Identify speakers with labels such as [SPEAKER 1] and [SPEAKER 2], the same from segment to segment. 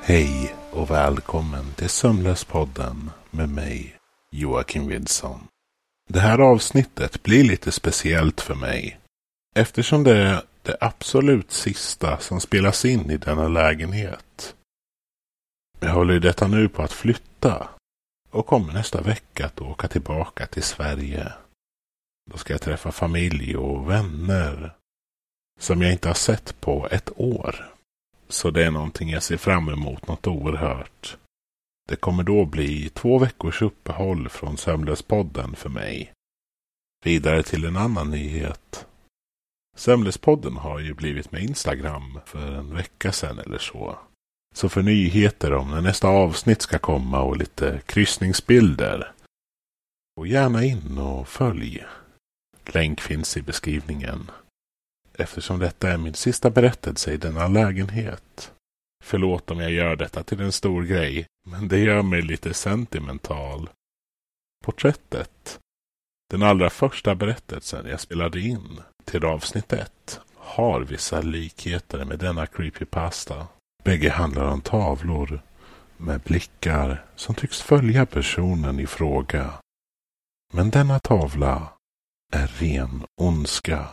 [SPEAKER 1] Hej och välkommen till Sömnlöspodden med mig, Joakim Wilson. Det här avsnittet blir lite speciellt för mig, eftersom det är det absolut sista som spelas in i denna lägenhet. Jag håller i detta nu på att flytta och kommer nästa vecka att åka tillbaka till Sverige. Då ska jag träffa familj och vänner som jag inte har sett på ett år. Så det är någonting jag ser fram emot något oerhört. Det kommer då bli 2 veckors uppehåll från Sömnlöspodden för mig. Vidare till en annan nyhet. Sömnlöspodden har ju blivit med Instagram för en vecka sedan eller så. Så för nyheter om när nästa avsnitt ska komma och lite kryssningsbilder, gå gärna in och följ. Länk finns i beskrivningen. Eftersom detta är min sista berättelse i denna lägenhet. Förlåt om jag gör detta till en stor grej, men det gör mig lite sentimental. Porträttet, den allra första berättelsen jag spelade in till avsnitt 1, har vissa likheter med denna creepypasta. Bägge handlar om tavlor med blickar som tycks följa personen i fråga. Men denna tavla är ren ondska.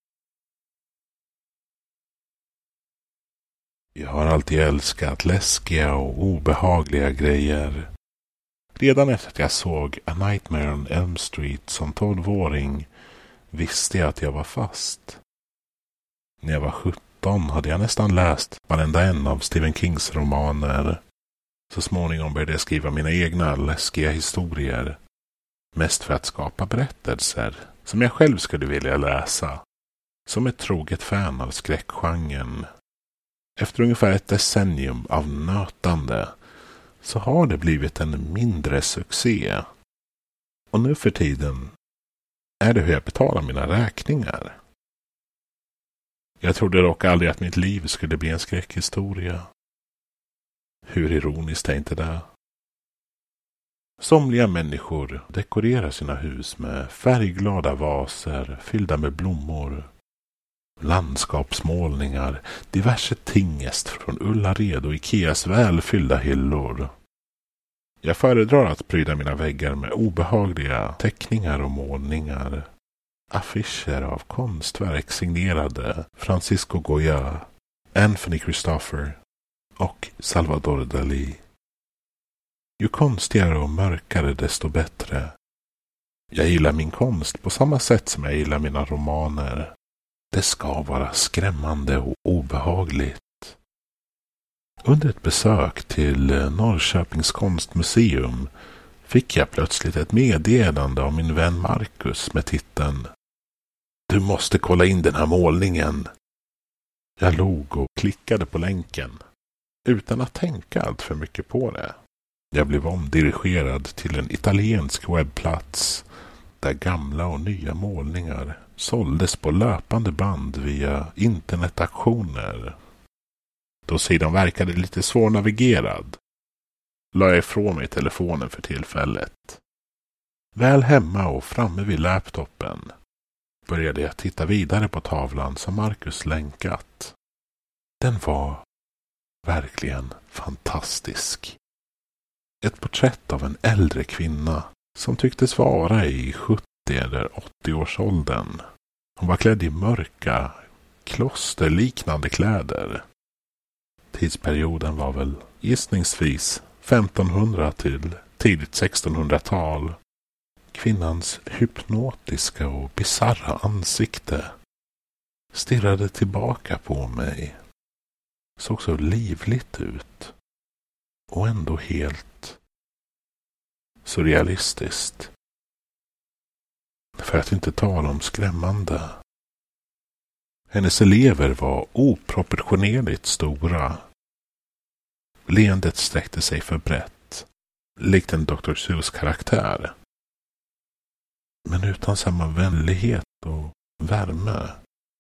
[SPEAKER 1] Jag har alltid älskat läskiga och obehagliga grejer. Redan efter att jag såg A Nightmare on Elm Street som 12-åring visste jag att jag var fast. När jag var 17 hade jag nästan läst varenda en av Stephen Kings romaner. Så småningom började jag skriva mina egna läskiga historier. Mest för att skapa berättelser som jag själv skulle vilja läsa. Som ett troget fan av skräckgenren. Efter ungefär ett decennium av nötande så har det blivit en mindre succé. Och nu för tiden är det hur jag betalar mina räkningar. Jag trodde dock aldrig att mitt liv skulle bli en skräckhistoria. Hur ironiskt är inte det? Somliga människor dekorerar sina hus med färgglada vaser fyllda med blommor. Landskapsmålningar, diverse tingest från Ullared och Ikeas välfyllda hyllor. Jag föredrar att pryda mina väggar med obehagliga teckningar och målningar. Affischer av konstverk signerade Francisco Goya, Anthony Christopher och Salvador Dalí. Ju konstigare och mörkare desto bättre. Jag gillar min konst på samma sätt som jag gillar mina romaner. Det ska vara skrämmande och obehagligt. Under ett besök till Norrköpings konstmuseum fick jag plötsligt ett meddelande av min vän Marcus med titeln "Du måste kolla in den här målningen." Jag log och klickade på länken utan att tänka allt för mycket på det. Jag blev omdirigerad till en italiensk webbplats där gamla och nya målningar såldes på löpande band via internetaktioner. Då sidan verkade lite svårnavigerad la jag ifrån mig telefonen för tillfället. Väl hemma och framme vid laptopen började jag titta vidare på tavlan som Marcus länkat. Den var verkligen fantastisk. Ett porträtt av en äldre kvinna som tycktes vara i 70 eller 80-årsåldern. Hon var klädd i mörka, klosterliknande kläder. Tidsperioden var väl gissningsvis 1500 till tidigt 1600-tal. Kvinnans hypnotiska och bizarra ansikte stirrade tillbaka på mig. Såg så livligt ut. Och ändå helt surrealistiskt. För att inte tala om skrämmande. Hennes elever var oproportionerligt stora. Leendet sträckte sig för brett, likt en Dr. Seuss karaktär. Men utan samma vänlighet och värme.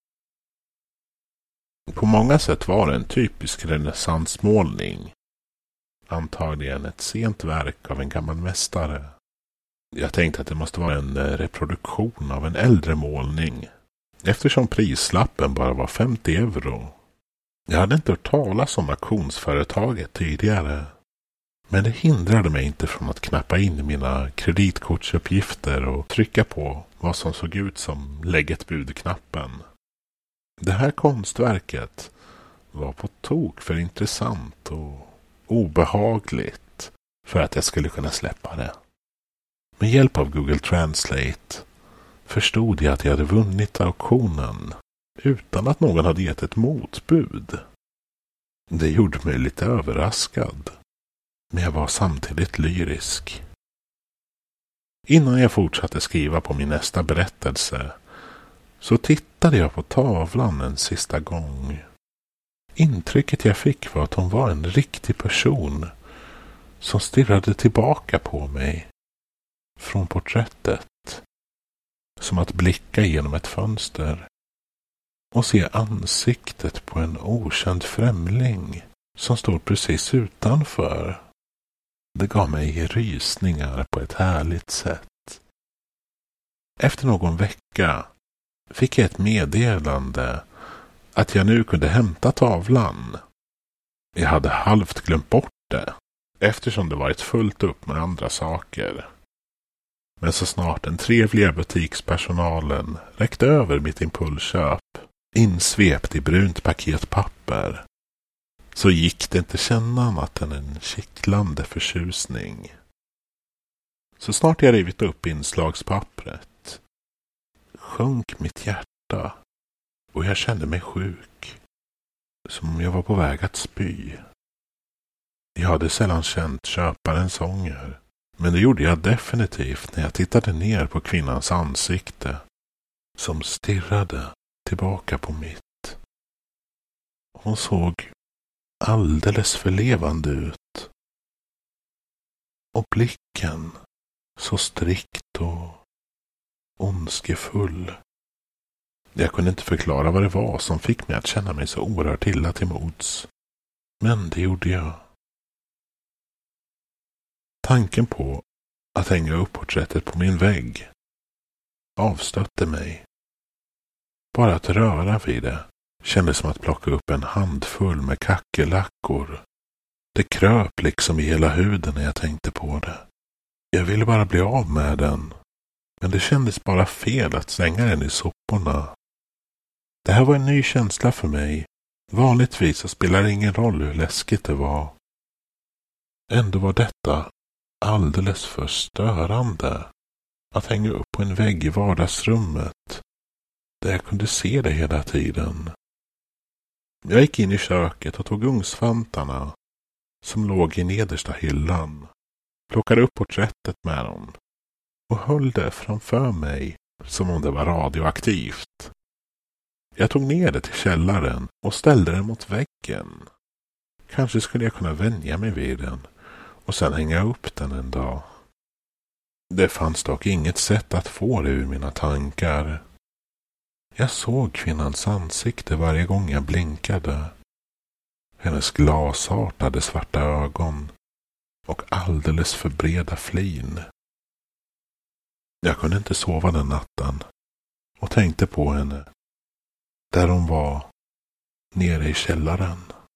[SPEAKER 1] På många sätt var det en typisk renässansmålning. Antagligen ett sent verk av en gammal mästare. Jag tänkte att det måste vara en reproduktion av en äldre målning. Eftersom prislappen bara var 50 euro. Jag hade inte hört talas om auktionsföretaget tidigare. Men det hindrade mig inte från att knappa in mina kreditkortsuppgifter och trycka på vad som såg ut som lägg ett bud-knappen. Det här konstverket var på tok för intressant och obehagligt för att jag skulle kunna släppa det. Med hjälp av Google Translate förstod jag att jag hade vunnit auktionen utan att någon hade gett ett motbud. Det gjorde mig lite överraskad, men jag var samtidigt lyrisk. Innan jag fortsatte skriva på min nästa berättelse så tittade jag på tavlan en sista gång. Intrycket jag fick var att hon var en riktig person som stirrade tillbaka på mig från porträttet, som att blicka genom ett fönster och se ansiktet på en okänd främling som står precis utanför. Det gav mig rysningar på ett härligt sätt. Efter någon vecka fick jag ett meddelande att jag nu kunde hämta tavlan. Jag hade halvt glömt bort det, eftersom det varit fullt upp med andra saker. Men så snart den trevliga butikspersonalen räckte över mitt impulsköp, insvept i brunt paketpapper, så gick det inte känna annat än en kittlande förtjusning. Så snart jag rivit upp inslagspappret sjönk mitt hjärta och jag kände mig sjuk, som om jag var på väg att spy. Jag hade sällan känt köparens ånger, men det gjorde jag definitivt när jag tittade ner på kvinnans ansikte som stirrade tillbaka på mitt. Hon såg alldeles för levande ut. Och blicken så strikt och ondskefull. Jag kunde inte förklara vad det var som fick mig att känna mig så oerhört illa till mods. Men det gjorde jag. Tanken på att hänga upp porträttet på min vägg avstötte mig. Bara att röra vid det kändes som att plocka upp en handfull med kackerlackor. Det kröp liksom i hela huden när jag tänkte på det. Jag ville bara bli av med den, men det kändes bara fel att slänga den i soporna. Det här var en ny känsla för mig. Vanligtvis så spelar det ingen roll hur läskigt det var. Ändå var detta alldeles för störande. Att hänga upp på en vägg i vardagsrummet, där jag kunde se det hela tiden. Jag gick in i köket och tog ugnsvantarna som låg i nedersta hyllan, plockade upp porträttet med dem och höll det framför mig som om det var radioaktivt. Jag tog ner det till källaren och ställde den mot väggen. Kanske skulle jag kunna vänja mig vid den och sen hänga upp den en dag. Det fanns dock inget sätt att få det ur mina tankar. Jag såg kvinnans ansikte varje gång jag blinkade. Hennes glasartade svarta ögon och alldeles för breda flin. Jag kunde inte sova den natten och tänkte på henne där hon var nere i källaren.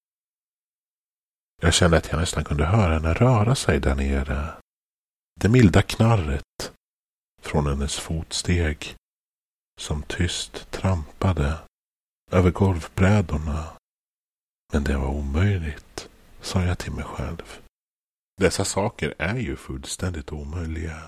[SPEAKER 1] Jag kände att jag nästan kunde höra henne röra sig där nere. Det milda knarret från hennes fotsteg som tyst trampade över golvbrädorna. Men det var omöjligt, sa jag till mig själv. Dessa saker är ju fullständigt omöjliga.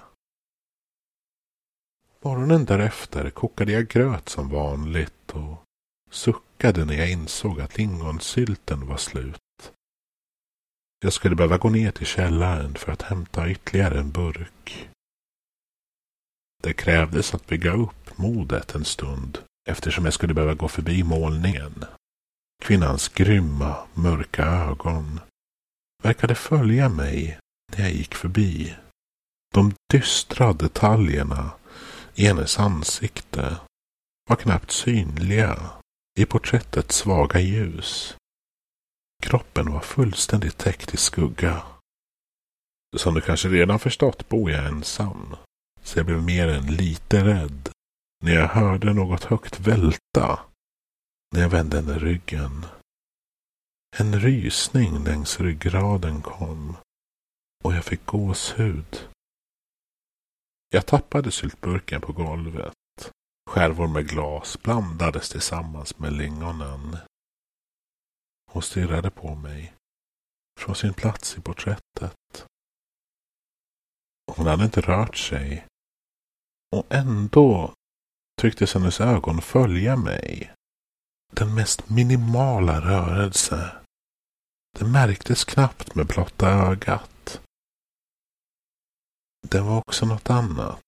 [SPEAKER 1] Morgonen därefter kokade jag gröt som vanligt och suckade när jag insåg att lingonsylten var slut. Jag skulle behöva gå ner till källaren för att hämta ytterligare en burk. Det krävdes att bygga upp modet en stund eftersom jag skulle behöva gå förbi målningen. Kvinnans grymma, mörka ögon verkade följa mig när jag gick förbi. De dystra detaljerna i hennes ansikte var knappt synliga i porträttets svaga ljus. Kroppen var fullständigt täckt i skugga. Som du kanske redan förstått bor jag ensam, så jag blev mer än lite rädd när jag hörde något högt välta när jag vände henne ryggen. En rysning längs ryggraden kom och jag fick gåshud. Jag tappade syltburken på golvet. Skärvor med glas blandades tillsammans med lingonen. Hon stirrade på mig från sin plats i porträttet. Hon hade inte rört sig. Och ändå tycktes hennes ögon följa mig. Den mest minimala rörelse. Det märktes knappt med blotta ögat. Det var också något annat.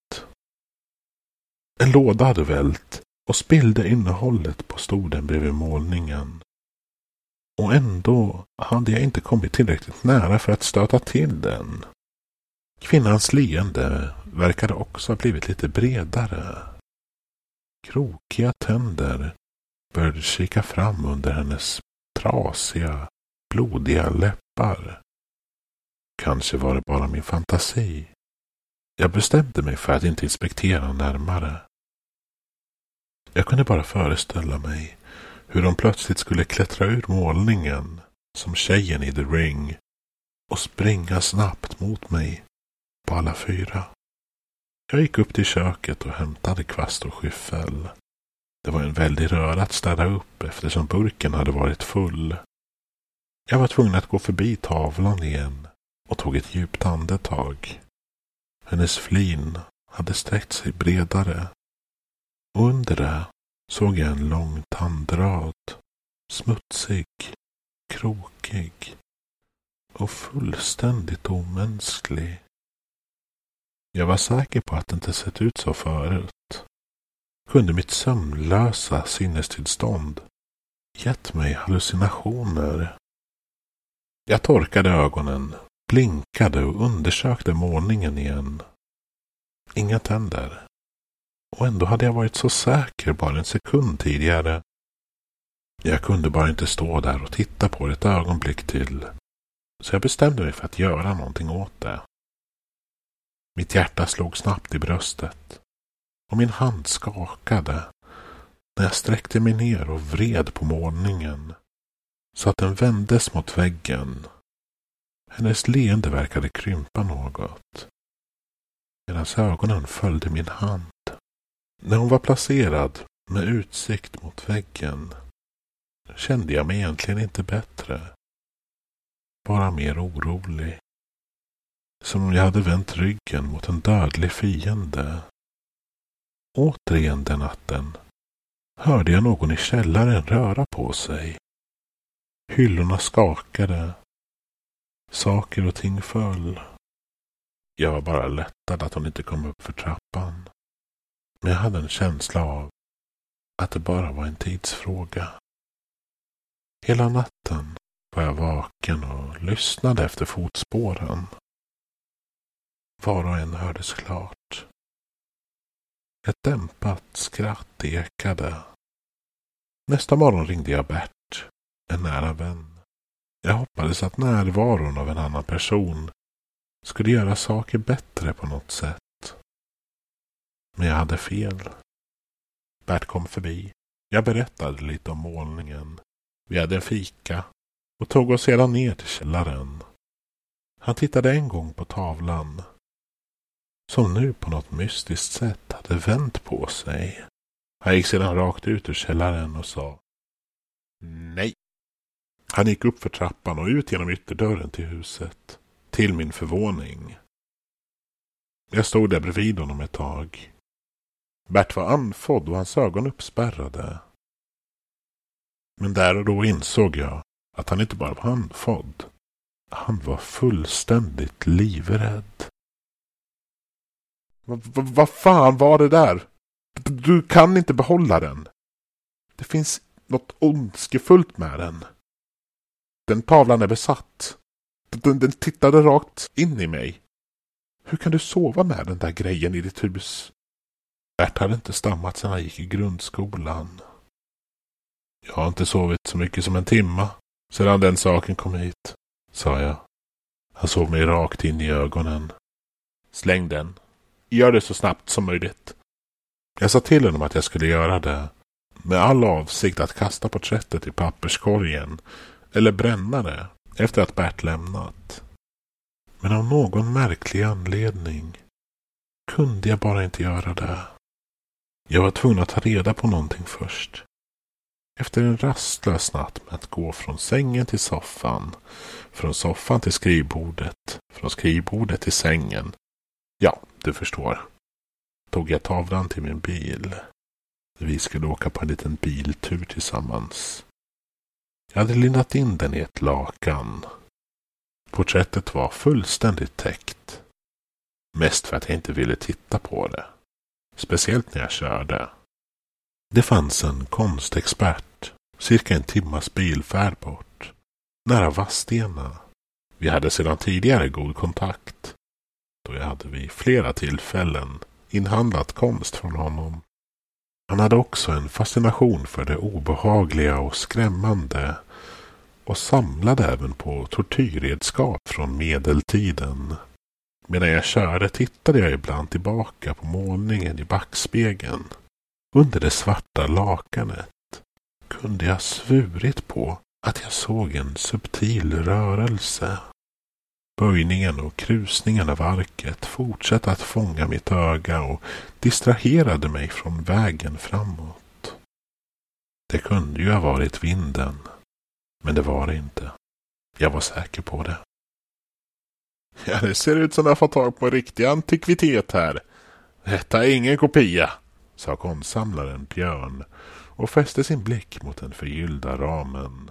[SPEAKER 1] En låda hade vält och spillde innehållet på stolen bredvid målningen. Och ändå hade jag inte kommit tillräckligt nära för att stöta till den. Kvinnans leende verkade också ha blivit lite bredare. Krokiga tänder började kika fram under hennes trasiga, blodiga läppar. Kanske var det bara min fantasi. Jag bestämde mig för att inte inspektera närmare. Jag kunde bara föreställa mig hur de plötsligt skulle klättra ur målningen som tjejen i The Ring och springa snabbt mot mig på alla fyra. Jag gick upp till köket och hämtade kvast och skyffel. Det var en väldig röra att städa upp eftersom burken hade varit full. Jag var tvungen att gå förbi tavlan igen och tog ett djupt andetag. Hennes flin hade sträckt sig bredare. Och under det såg jag en lång tandrad, smutsig, krokig och fullständigt omänsklig. Jag var säker på att det inte sett ut så förut. Kunde mitt sömnlösa sinnestillstånd gett mig hallucinationer? Jag torkade ögonen, blinkade och undersökte målningen igen. Inga tänder. Och ändå hade jag varit så säker bara en sekund tidigare. Jag kunde bara inte stå där och titta på det ett ögonblick till. Så jag bestämde mig för att göra någonting åt det. Mitt hjärta slog snabbt i bröstet. Och min hand skakade när jag sträckte mig ner och vred på målningen. Så att den vändes mot väggen. Hennes leende verkade krympa något. Medan ögonen följde min hand. När hon var placerad med utsikt mot väggen kände jag mig egentligen inte bättre. Bara mer orolig. Som om jag hade vänt ryggen mot en dödlig fiende. Återigen den natten hörde jag någon i källaren röra på sig. Hyllorna skakade. Saker och ting föll. Jag var bara lättad att hon inte kom upp för trappan. Men jag hade en känsla av att det bara var en tidsfråga. Hela natten var jag vaken och lyssnade efter fotspåren. Var och en hördes klart. Ett dämpat skratt ekade. Nästa morgon ringde jag Bert, en nära vän. Jag hoppades att närvaron av en annan person skulle göra saker bättre på något sätt. Men jag hade fel. Bert kom förbi. Jag berättade lite om målningen. Vi hade en fika och tog oss sedan ner till källaren. Han tittade en gång på tavlan, som nu på något mystiskt sätt hade vänt på sig. Han gick sedan rakt ut ur källaren och sa nej. Han gick upp för trappan och ut genom ytterdörren till huset. Till min förvåning. Jag stod där bredvid honom ett tag. Bert var andfådd och hans ögon uppspärrade. Men där och då insåg jag att han inte bara var andfådd. Han var fullständigt livrädd. Vad fan var det där? Du kan inte behålla den. Det finns något ondskefullt med den. Den tavlan är besatt. Den tittade rakt in i mig. Hur kan du sova med den där grejen i ditt hus? Bert hade inte stammat sedan han gick i grundskolan. Jag har inte sovit så mycket som en timma sedan den saken kom hit, sa jag. Han såg mig rakt in i ögonen. Släng den. Gör det så snabbt som möjligt. Jag sa till honom att jag skulle göra det. Med all avsikt att kasta porträttet i papperskorgen eller bränna det efter att Bert lämnat. Men av någon märklig anledning kunde jag bara inte göra det. Jag var tvungen att ta reda på någonting först. Efter en rastlös natt med att gå från sängen till soffan, från soffan till skrivbordet, från skrivbordet till sängen. Ja, du förstår. Tog jag tavlan till min bil. Vi skulle åka på en liten biltur tillsammans. Jag hade lindat in den i ett lakan. Porträttet var fullständigt täckt. Mest för att jag inte ville titta på det. Speciellt när jag körde. Det fanns en konstexpert, cirka en timmas bilfärd bort, nära Vadstena. Vi hade sedan tidigare god kontakt. Då jag hade vid flera tillfällen inhandlat konst från honom. Han hade också en fascination för det obehagliga och skrämmande och samlade även på tortyrredskap från medeltiden. Medan jag körde tittade jag ibland tillbaka på målningen i backspegeln. Under det svarta lakanet kunde jag svurit på att jag såg en subtil rörelse. Böjningen och krusningen av arket fortsatte att fånga mitt öga och distraherade mig från vägen framåt. Det kunde ju ha varit vinden, men det var det inte. Jag var säker på det. Ja, det ser ut som att jag fått tag på en riktig antikvitet här. Detta är ingen kopia, sa konstsamlaren Björn och fäste sin blick mot den förgyllda ramen.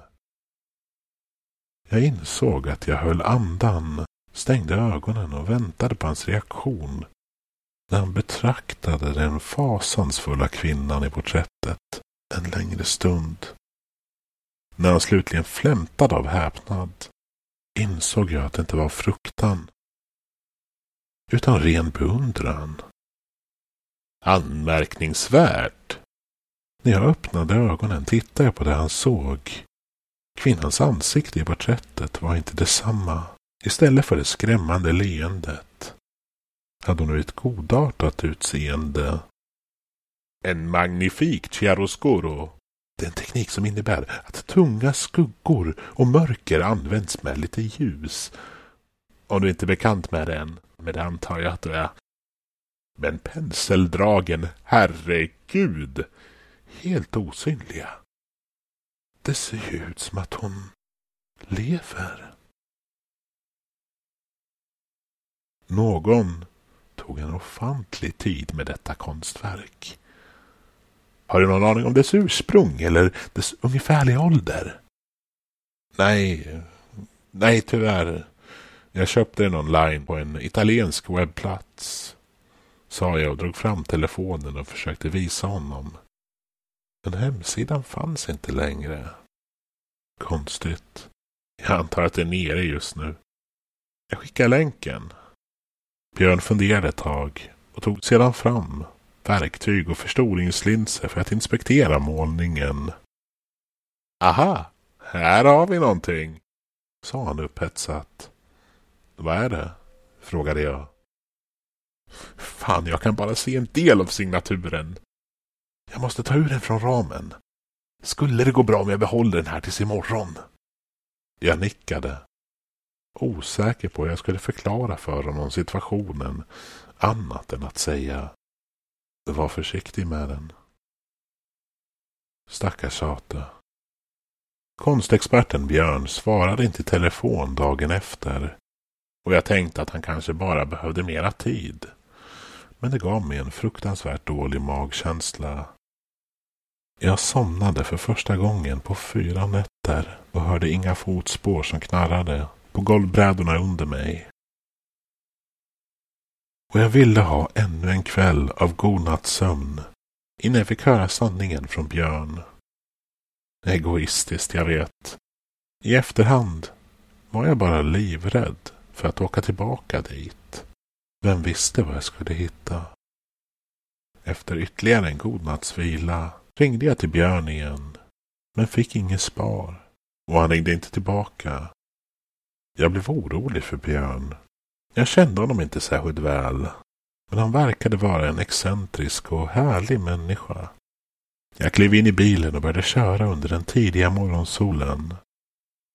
[SPEAKER 1] Jag insåg att jag höll andan, stängde ögonen och väntade på hans reaktion när han betraktade den fasansfulla kvinnan i porträttet en längre stund. När han slutligen flämtade av häpnad insåg jag att det inte var fruktan utan ren beundran. Anmärkningsvärt! När jag öppnade ögonen tittade jag på det han såg. Kvinnans ansikte i porträttet var inte detsamma. Istället för det skrämmande leendet hade hon ett godartat utseende. En magnifik chiaroscuro. Det är en teknik som innebär att tunga skuggor och mörker används med lite ljus. Om du inte är bekant med den, men det antar jag att du är. Men penseldragen, herregud, helt osynliga. Det ser ut som att hon lever. Någon tog en ofantlig tid med detta konstverk. Har du någon aning om dess ursprung eller dess ungefärliga ålder? Nej tyvärr. Jag köpte den online på en italiensk webbplats, sa jag och drog fram telefonen och försökte visa honom. Men hemsidan fanns inte längre. Konstigt. Jag antar att det är nere just nu. Jag skickar länken. Björn funderade ett tag och tog sedan fram verktyg och förstoringslinser för att inspektera målningen. Aha, här har vi någonting, sa han upphetsat. Vad är det? Frågade jag. Fan, jag kan bara se en del av signaturen. Jag måste ta ur den från ramen. Skulle det gå bra om jag behåller den här tills imorgon? Jag nickade. Osäker på hur jag skulle förklara för honom situationen annat än att säga: var försiktig med den. Stackars sate. Konstexperten Björn svarade inte i telefon dagen efter och jag tänkte att han kanske bara behövde mera tid. Men det gav mig en fruktansvärt dålig magkänsla. Jag somnade för första gången på 4 nätter och hörde inga fotspår som knarrade på golvbrädorna under mig. Och jag ville ha ännu en kväll av godnattsömn innan jag fick höra sanningen från Björn. Egoistiskt, jag vet. I efterhand var jag bara livrädd för att åka tillbaka dit. Vem visste vad jag skulle hitta? Efter ytterligare en godnattsvila ringde jag till Björn igen, men fick ingen svar och han ringde inte tillbaka. Jag blev orolig för Björn. Jag kände honom inte särskilt väl, men han verkade vara en excentrisk och härlig människa. Jag klev in i bilen och började köra under den tidiga morgonsolen.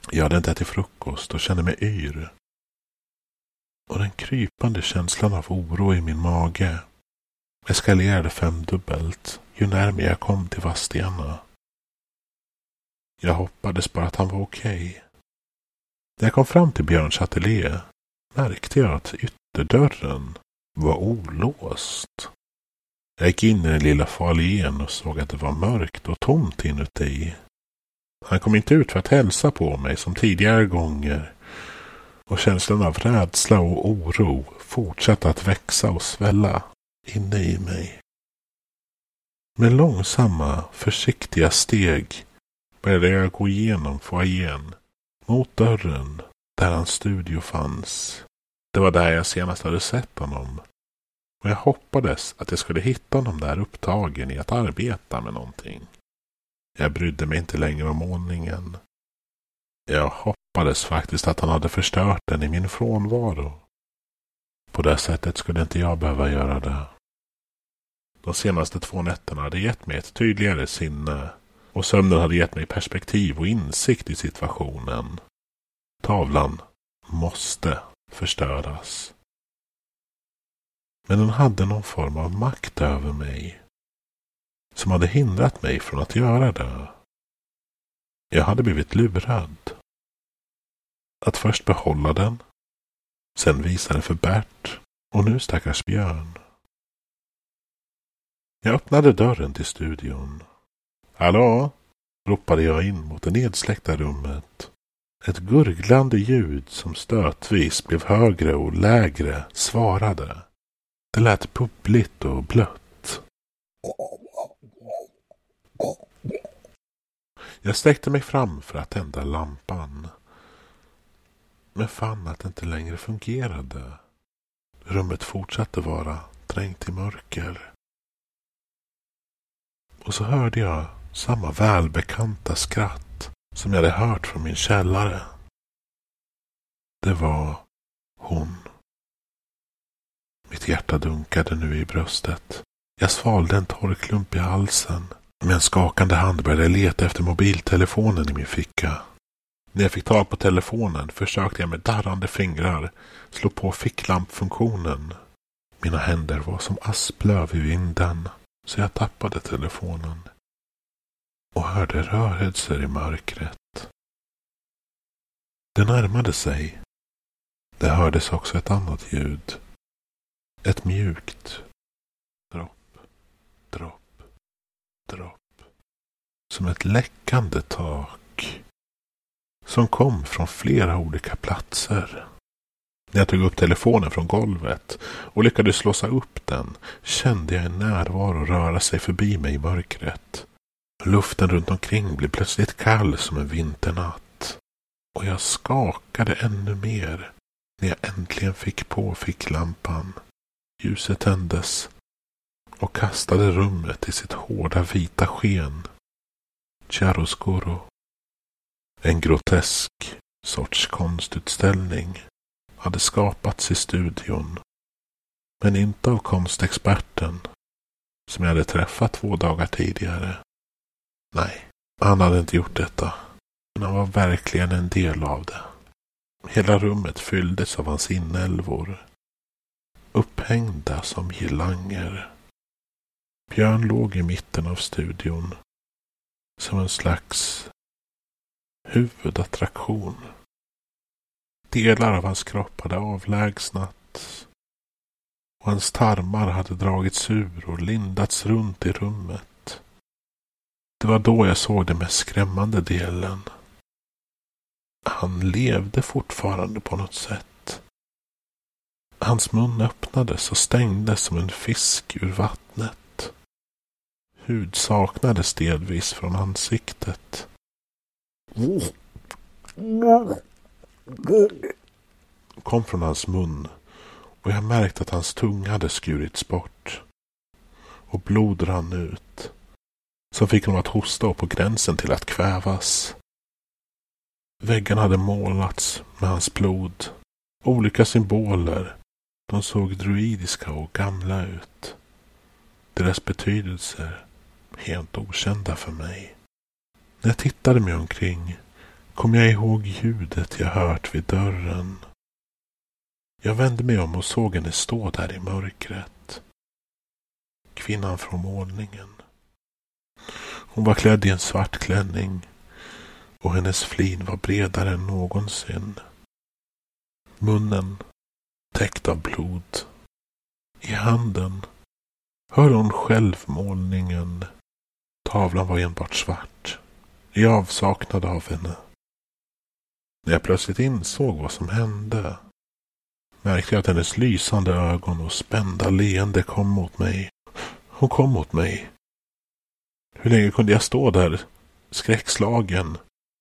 [SPEAKER 1] Jag hade inte ätit frukost och kände mig yr. Och den krypande känslan av oro i min mage eskalerade 5-dubbelt ju närmare jag kom till Vadstena. Jag hoppades bara att han var okej. När jag kom fram till Björns ateljé märkte jag att ytterdörren var olåst. Jag gick in i den lilla foajén och såg att det var mörkt och tomt inuti. Han kom inte ut för att hälsa på mig som tidigare gånger, och känslan av rädsla och oro fortsatte att växa och svälla inne i mig. Med långsamma, försiktiga steg började jag gå igenom foajén mot dörren där hans studio fanns. Det var där jag senast hade sett honom. Och jag hoppades att jag skulle hitta honom där upptagen i att arbeta med någonting. Jag brydde mig inte längre om målningen. Jag hoppades faktiskt att han hade förstört den i min frånvaro. På det sättet skulle inte jag behöva göra det. De senaste 2 nätterna hade gett mig ett tydligare sinne. Och sömnen hade gett mig perspektiv och insikt i situationen. Tavlan måste förstöras. Men den hade någon form av makt över mig som hade hindrat mig från att göra det. Jag hade blivit lurad. Att först behålla den, sen visa den för Bert och nu stackars Björn. Jag öppnade dörren till studion. Hallå? Ropade jag in mot det nedsläckta rummet. Ett gurglande ljud som stötvis blev högre och lägre svarade. Det lät bubbligt och blött. Jag sträckte mig fram för att tända lampan. Men fann att det inte längre fungerade. Rummet fortsatte vara trängt i mörker. Och så hörde jag samma välbekanta skratt som jag hade hört från min källare. Det var hon. Mitt hjärta dunkade nu i bröstet. Jag svalde en torr klump i halsen. Med en skakande hand började jag leta efter mobiltelefonen i min ficka. När jag fick tag på telefonen försökte jag med darrande fingrar slå på ficklampfunktionen. Mina händer var som asplöv i vinden, så jag tappade telefonen och hörde rörelser i mörkret. Det närmade sig. Det hördes också ett annat ljud. Ett mjukt dropp, dropp, dropp. Som ett läckande tak. Som kom från flera olika platser. När jag tog upp telefonen från golvet och lyckades låsa upp den kände jag en närvaro röra sig förbi mig i mörkret. Luften runt omkring blev plötsligt kall som en vinternatt. Och jag skakade ännu mer när jag äntligen fick på ficklampan. Ljuset tändes och kastade rummet i sitt hårda vita sken. Chiaroscuro. En grotesk sorts konstutställning hade skapats i studion. Men inte av konstexperten som jag hade träffat 2 dagar tidigare. Nej, han hade inte gjort detta. Men han var verkligen en del av det. Hela rummet fylldes av hans inälvor. Upphängda som girlanger. Björn låg i mitten av studion. Som en slags huvudattraktion. Delar av hans kropp hade avlägsnats. Och hans tarmar hade dragits ur och lindats runt i rummet. Det var då jag såg den mest skrämmande delen. Han levde fortfarande på något sätt. Hans mun öppnades och stängdes som en fisk ur vattnet. Hud saknades delvis från ansiktet. Kom från hans mun och jag märkte att hans tunga hade skurits bort. Och blod rann ut. Som fick honom att hosta och på gränsen till att kvävas. Väggarna hade målats med hans blod. Olika symboler. De såg druidiska och gamla ut. Deras betydelser helt okända för mig. När jag tittade mig omkring kom jag ihåg ljudet jag hört vid dörren. Jag vände mig om och såg henne stå där i mörkret. Kvinnan från målningen. Hon var klädd i en svart klänning och hennes flin var bredare än någonsin. Munnen täckt av blod. I handen höll hon själv målningen. Tavlan var enbart svart, i avsaknad av henne. När jag plötsligt insåg vad som hände märkte jag att hennes lysande ögon och spända leende kom mot mig. Hon kom mot mig. Hur länge kunde jag stå där, skräckslagen?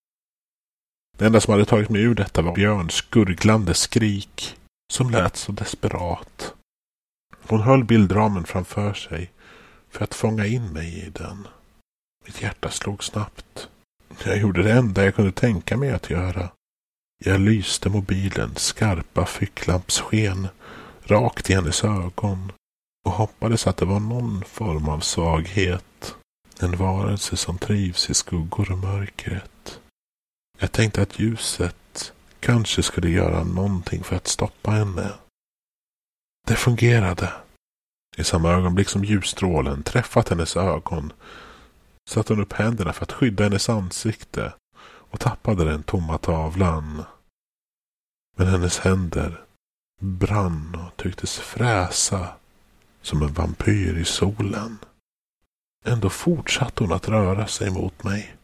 [SPEAKER 1] Det enda som hade tagit mig ur detta var Björns gurglande skrik som lät så desperat. Hon höll bildramen framför sig för att fånga in mig i den. Mitt hjärta slog snabbt. Jag gjorde det enda jag kunde tänka mig att göra. Jag lyste mobilens skarpa ficklampssken rakt i hennes ögon och hoppades att det var någon form av svaghet. En varelse som trivs i skuggor och mörkret. Jag tänkte att ljuset kanske skulle göra någonting för att stoppa henne. Det fungerade. I samma ögonblick som ljusstrålen träffat hennes ögon satte hon upp händerna för att skydda hennes ansikte och tappade den tomma tavlan. Men hennes händer brann och tycktes fräsa som en vampyr i solen. Ändå fortsatte hon att röra sig mot mig.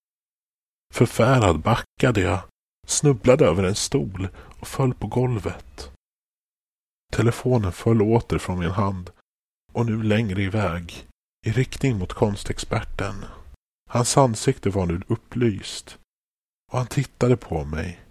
[SPEAKER 1] Förfärad backade jag, snubblade över en stol och föll på golvet. Telefonen föll åter från min hand och nu längre iväg, i riktning mot konstexperten. Hans ansikte var nu upplyst och han tittade på mig.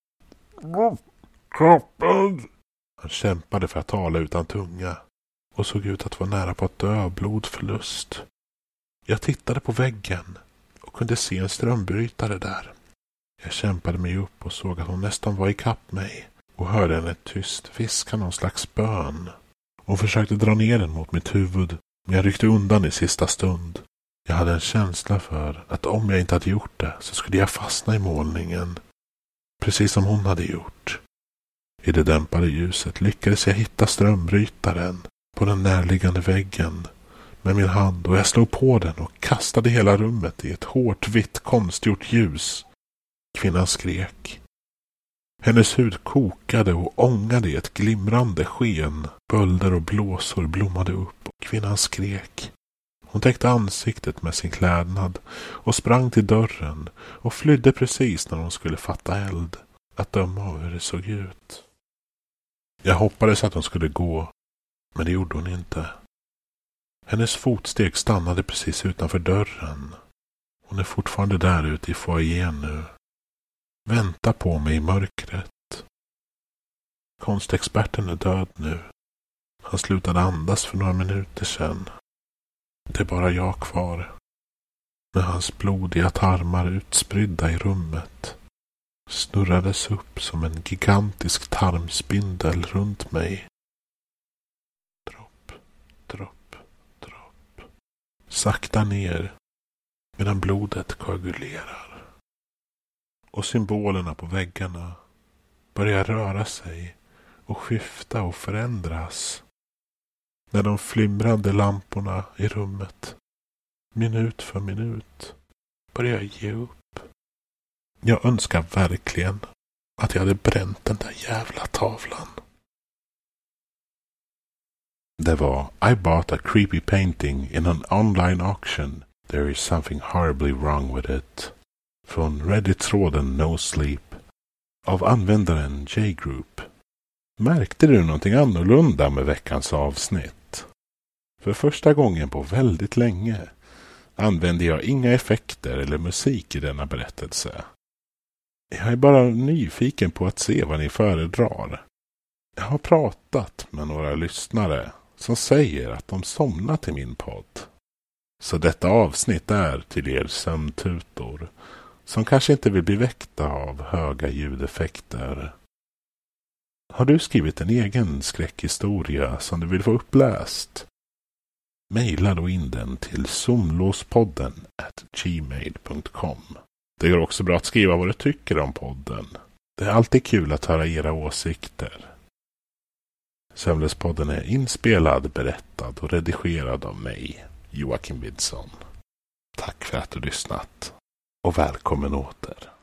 [SPEAKER 1] Han kämpade för att tala utan tunga och såg ut att vara nära på att dö av blodförlust. Jag tittade på väggen och kunde se en strömbrytare där. Jag kämpade mig upp och såg att hon nästan var ikapp mig och hörde henne tyst viska någon slags bön. Hon försökte dra ner den mot mitt huvud, men jag ryckte undan i sista stund. Jag hade en känsla för att om jag inte hade gjort det så skulle jag fastna i målningen. Precis som hon hade gjort. I det dämpade ljuset lyckades jag hitta strömbrytaren på den närliggande väggen med min hand och jag slog på den och kastade hela rummet i ett hårt vitt konstgjort ljus. Kvinnan skrek. Hennes hud kokade och ångade i ett glimrande sken. Bölder och blåsor blommade upp och kvinnan skrek. Hon täckte ansiktet med sin klädnad och sprang till dörren och flydde precis när hon skulle fatta eld, att döma av hur det såg ut. Jag hoppades att hon skulle gå, men det gjorde hon inte. Hennes fotsteg stannade precis utanför dörren. Hon är fortfarande där ute i foajén nu. Vänta på mig i mörkret. Konstexperten är död nu. Han slutade andas för några minuter sedan. Det är bara jag kvar. Med hans blodiga tarmar utspridda i rummet. Snurrades upp som en gigantisk tarmspindel runt mig. Dropp, dropp, dropp. Sakta ner medan blodet koagulerar. Och symbolerna på väggarna börjar röra sig och skifta och förändras. När de flimrande lamporna i rummet, minut för minut, börjar ge upp. Jag önskar verkligen att jag hade bränt den där jävla tavlan. Det var I bought a creepy painting in an online auction. There is something horribly wrong with it. Från Reddit-tråden No Sleep av användaren J-Group. Märkte du någonting annorlunda med veckans avsnitt? För första gången på väldigt länge använde jag inga effekter eller musik i denna berättelse. Jag är bara nyfiken på att se vad ni föredrar. Jag har pratat med några lyssnare som säger att de somnat i min podd. Så detta avsnitt är till er sömntutor som kanske inte vill bli väckta av höga ljudeffekter. Har du skrivit en egen skräckhistoria som du vill få uppläst? Maila då in den till somlåspodden@gmail.com. Det går också bra att skriva vad du tycker om podden. Det är alltid kul att höra era åsikter. Sömnlöspodden är inspelad, berättad och redigerad av mig, Joakim Widsson. Tack för att du lyssnat och välkommen åter.